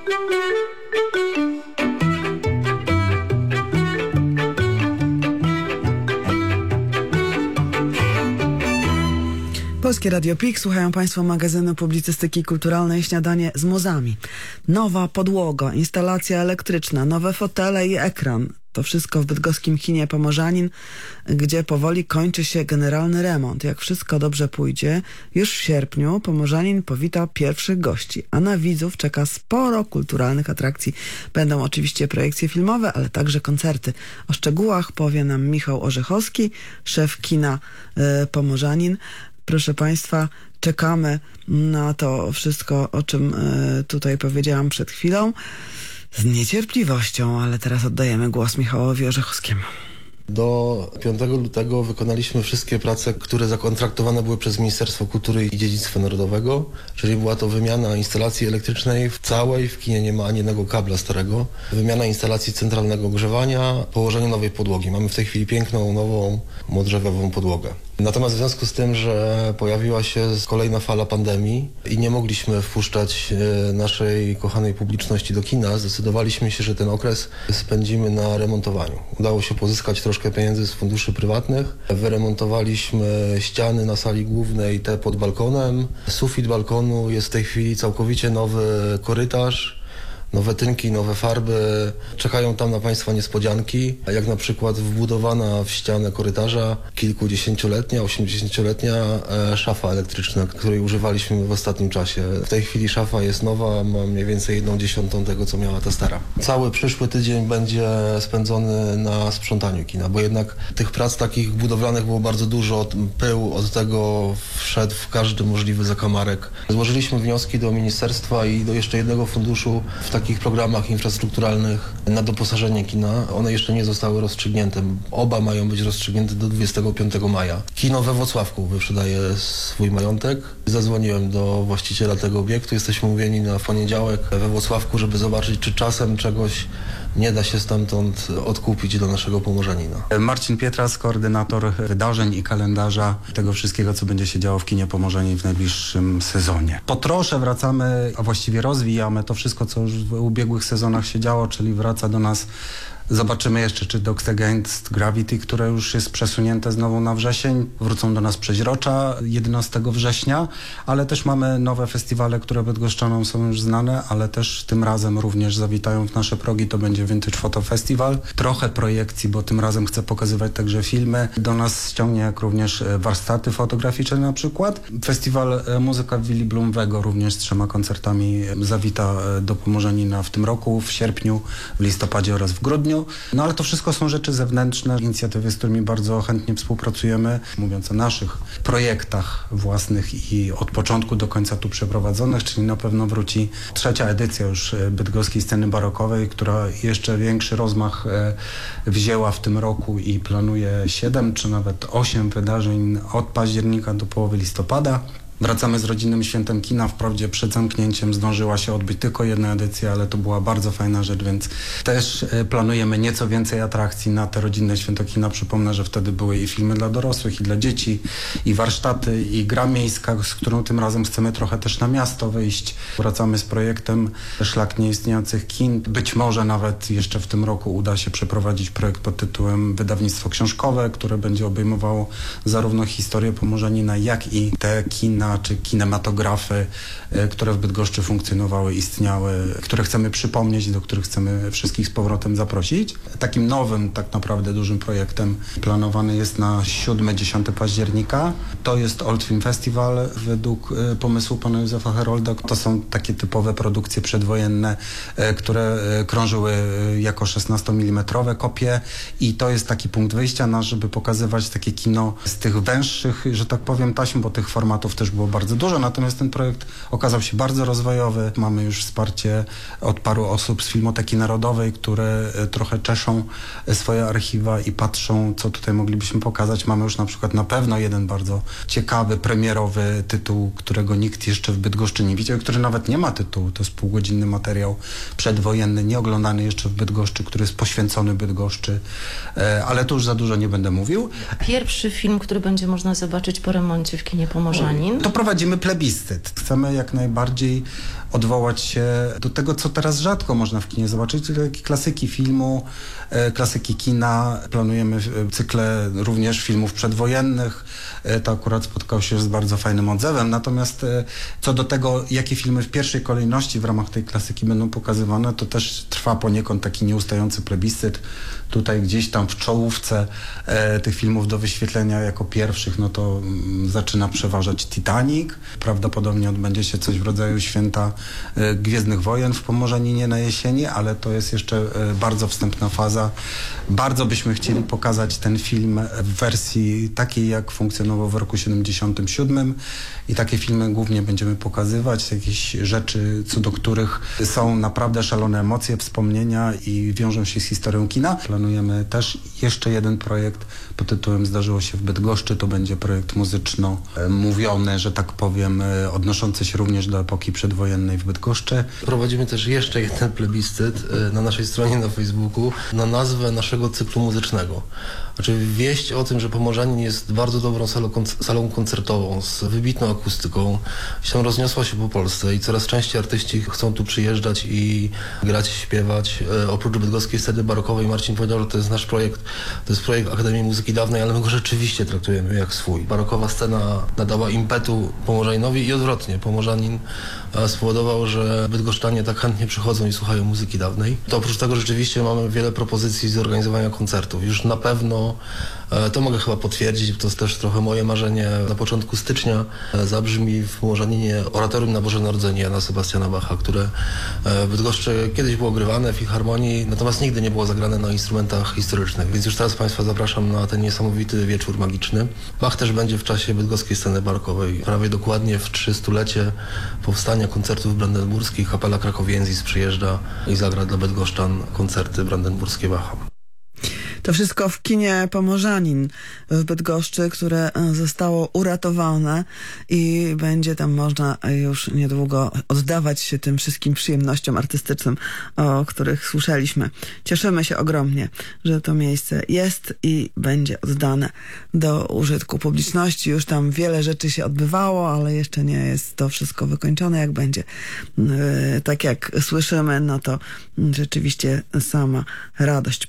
Polskie Radio PiK, słuchają Państwo magazynu publicystyki kulturalnej Śniadanie z muzami. Nowa podłoga, instalacja elektryczna, nowe fotele i ekran. To wszystko w bydgoskim kinie Pomorzanin, gdzie powoli kończy się generalny remont. Jak wszystko dobrze pójdzie, już w sierpniu Pomorzanin powita pierwszych gości, a na widzów czeka sporo kulturalnych atrakcji. Będą oczywiście projekcje filmowe, ale także koncerty. O szczegółach powie nam Michał Orzechowski, szef kina Pomorzanin. Proszę Państwa, czekamy na to wszystko, o czym tutaj powiedziałam przed chwilą, z niecierpliwością, ale teraz oddajemy głos Michałowi Orzechowskiemu. Do 5 lutego wykonaliśmy wszystkie prace, które zakontraktowane były przez Ministerstwo Kultury i Dziedzictwa Narodowego, czyli była to wymiana instalacji elektrycznej w całej, w kinie nie ma ani jednego kabla starego, wymiana instalacji centralnego ogrzewania, położenie nowej podłogi. Mamy w tej chwili piękną, nową, modrzewową podłogę. Natomiast w związku z tym, że pojawiła się kolejna fala pandemii i nie mogliśmy wpuszczać naszej kochanej publiczności do kina, zdecydowaliśmy się, że ten okres spędzimy na remontowaniu. Udało się pozyskać troszkę pieniędzy z funduszy prywatnych. Wyremontowaliśmy ściany na sali głównej, te pod balkonem. Sufit balkonu, jest w tej chwili całkowicie nowy korytarz. Nowe tynki, nowe farby, czekają tam na Państwa niespodzianki, jak na przykład wbudowana w ścianę korytarza kilkudziesięcioletnia, 80-letnia szafa elektryczna, której używaliśmy w ostatnim czasie. W tej chwili szafa jest nowa, ma mniej więcej 1/10 tego, co miała ta stara. Cały przyszły tydzień będzie spędzony na sprzątaniu kina, bo jednak tych prac takich budowlanych było bardzo dużo, pył od tego wszedł w każdy możliwy zakamarek. Złożyliśmy wnioski do ministerstwa i do jeszcze jednego funduszu w takich programach infrastrukturalnych na doposażenie kina. One jeszcze nie zostały rozstrzygnięte. Oba mają być rozstrzygnięte do 25 maja. Kino we Włocławku wyprzedaje swój majątek. Zadzwoniłem do właściciela tego obiektu. Jesteśmy umówieni na poniedziałek we Włocławku, żeby zobaczyć, czy czasem czegoś nie da się stamtąd odkupić do naszego Pomorzanina. Marcin Pietras, koordynator wydarzeń i kalendarza tego wszystkiego, co będzie się działo w kinie Pomorzanin w najbliższym sezonie. Po trosze wracamy, a właściwie rozwijamy to wszystko, co już w ubiegłych sezonach się działo, czyli wraca do nas. Zobaczymy jeszcze, czy Dogs Against Gravity, które już jest przesunięte znowu na wrzesień, wrócą do nas Przeźrocza 11 września, ale też mamy nowe festiwale, które bydgoszczanom są już znane, ale też tym razem również zawitają w nasze progi. To będzie Vintage Photo Festival. Trochę projekcji, bo tym razem chcę pokazywać także filmy. Do nas ściągnie jak również warsztaty fotograficzne na przykład. Festiwal Muzyka w Willi Blumwego również z 3 koncertami zawita do Pomorzanina w tym roku, w sierpniu, w listopadzie oraz w grudniu. No ale to wszystko są rzeczy zewnętrzne, inicjatywy, z którymi bardzo chętnie współpracujemy, mówiąc o naszych projektach własnych i od początku do końca tu przeprowadzonych, czyli na pewno wróci 3. edycja już bydgoskiej sceny barokowej, która jeszcze większy rozmach wzięła w tym roku i planuje 7 czy nawet 8 wydarzeń od października do połowy listopada. Wracamy z rodzinnym świętem kina. Wprawdzie przed zamknięciem zdążyła się odbyć tylko 1 edycja, ale to była bardzo fajna rzecz, więc też planujemy nieco więcej atrakcji na te rodzinne święto kina. Przypomnę, że wtedy były i filmy dla dorosłych, i dla dzieci, i warsztaty, i gra miejska, z którą tym razem chcemy trochę też na miasto wyjść. Wracamy z projektem Szlak Nieistniejących Kin. Być może nawet jeszcze w tym roku uda się przeprowadzić projekt pod tytułem Wydawnictwo Książkowe, które będzie obejmowało zarówno historię Pomorzanina, jak i te kina czy kinematografy, które w Bydgoszczy funkcjonowały, istniały, które chcemy przypomnieć, do których chcemy wszystkich z powrotem zaprosić. Takim nowym, tak naprawdę dużym projektem planowany jest na 7-10 października. To jest Old Film Festival według pomysłu pana Józefa Herolda. To są takie typowe produkcje przedwojenne, które krążyły jako 16-mm kopie i to jest taki punkt wyjścia nasz, żeby pokazywać takie kino z tych węższych, że tak powiem, taśm, bo tych formatów też było bardzo dużo, natomiast ten projekt okazał się bardzo rozwojowy. Mamy już wsparcie od paru osób z Filmoteki Narodowej, które trochę czeszą swoje archiwa i patrzą, co tutaj moglibyśmy pokazać. Mamy już na przykład na pewno jeden bardzo ciekawy, premierowy tytuł, którego nikt jeszcze w Bydgoszczy nie widział, który nawet nie ma tytułu. To jest półgodzinny materiał przedwojenny, nieoglądany jeszcze w Bydgoszczy, który jest poświęcony Bydgoszczy, ale tu już za dużo nie będę mówił. Pierwszy film, który będzie można zobaczyć po remoncie w kinie Pomorzanin. to prowadzimy plebiscyt. Chcemy jak najbardziej odwołać się do tego, co teraz rzadko można w kinie zobaczyć, czyli klasyki filmu, klasyki kina. Planujemy cykle również filmów przedwojennych. To akurat spotkało się z bardzo fajnym odzewem. Natomiast co do tego, jakie filmy w pierwszej kolejności w ramach tej klasyki będą pokazywane, to też trwa poniekąd taki nieustający plebiscyt. Tutaj gdzieś tam w czołówce tych filmów do wyświetlenia jako pierwszych, no to zaczyna przeważać Titanic. Prawdopodobnie odbędzie się coś w rodzaju Święta Gwiezdnych Wojen w Pomorzaninie na jesieni, ale to jest jeszcze bardzo wstępna faza. Bardzo byśmy chcieli pokazać ten film w wersji takiej, jak funkcjonował w roku 77 i takie filmy głównie będziemy pokazywać, jakieś rzeczy, co do których są naprawdę szalone emocje, wspomnienia i wiążą się z historią kina. Planujemy też jeszcze jeden projekt pod tytułem Zdarzyło się w Bydgoszczy. To będzie projekt muzyczno-mówiony, że tak powiem, odnoszący się również do epoki przedwojennej w Bydgoszczy. Prowadzimy też jeszcze jeden plebiscyt na naszej stronie na Facebooku na nazwę naszego cyklu muzycznego. Znaczy wieść o tym, że Pomorzanin jest bardzo dobrą salą koncertową z wybitną akustyką, się rozniosła się po Polsce i coraz częściej artyści chcą tu przyjeżdżać i grać, śpiewać. Oprócz bydgoskiej sceny barokowej Marcin powiedział, że to jest nasz projekt, to jest projekt Akademii Muzyki Dawnej, ale my go rzeczywiście traktujemy jak swój. Barokowa scena nadała impetu Pomorzaninowi i odwrotnie. Pomorzanin spowodował, że bydgoszczanie tak chętnie przychodzą i słuchają muzyki dawnej. To oprócz tego rzeczywiście mamy wiele propozycji zorganizowania koncertów. Już na pewno to mogę chyba potwierdzić, to jest też trochę moje marzenie. Na początku stycznia zabrzmi w Pomorzaninie oratorium na Boże Narodzenie Jana Sebastiana Bacha, które w Bydgoszczy kiedyś było grywane w filharmonii, natomiast nigdy nie było zagrane na instrumentach historycznych, więc już teraz Państwa zapraszam na ten niesamowity wieczór magiczny. Bach też będzie w czasie bydgoskiej sceny barokowej. Prawie dokładnie w 300-lecie powstania koncertów brandenburskich kapela Krakowienzis przyjeżdża i zagra dla bydgoszczan koncerty brandenburskie Bacha. To wszystko w kinie Pomorzanin w Bydgoszczy, które zostało uratowane i będzie tam można już niedługo oddawać się tym wszystkim przyjemnościom artystycznym, o których słyszeliśmy. Cieszymy się ogromnie, że to miejsce jest i będzie oddane do użytku publiczności. Już tam wiele rzeczy się odbywało, ale jeszcze nie jest to wszystko wykończone. Jak będzie tak jak słyszymy, no to rzeczywiście sama radość.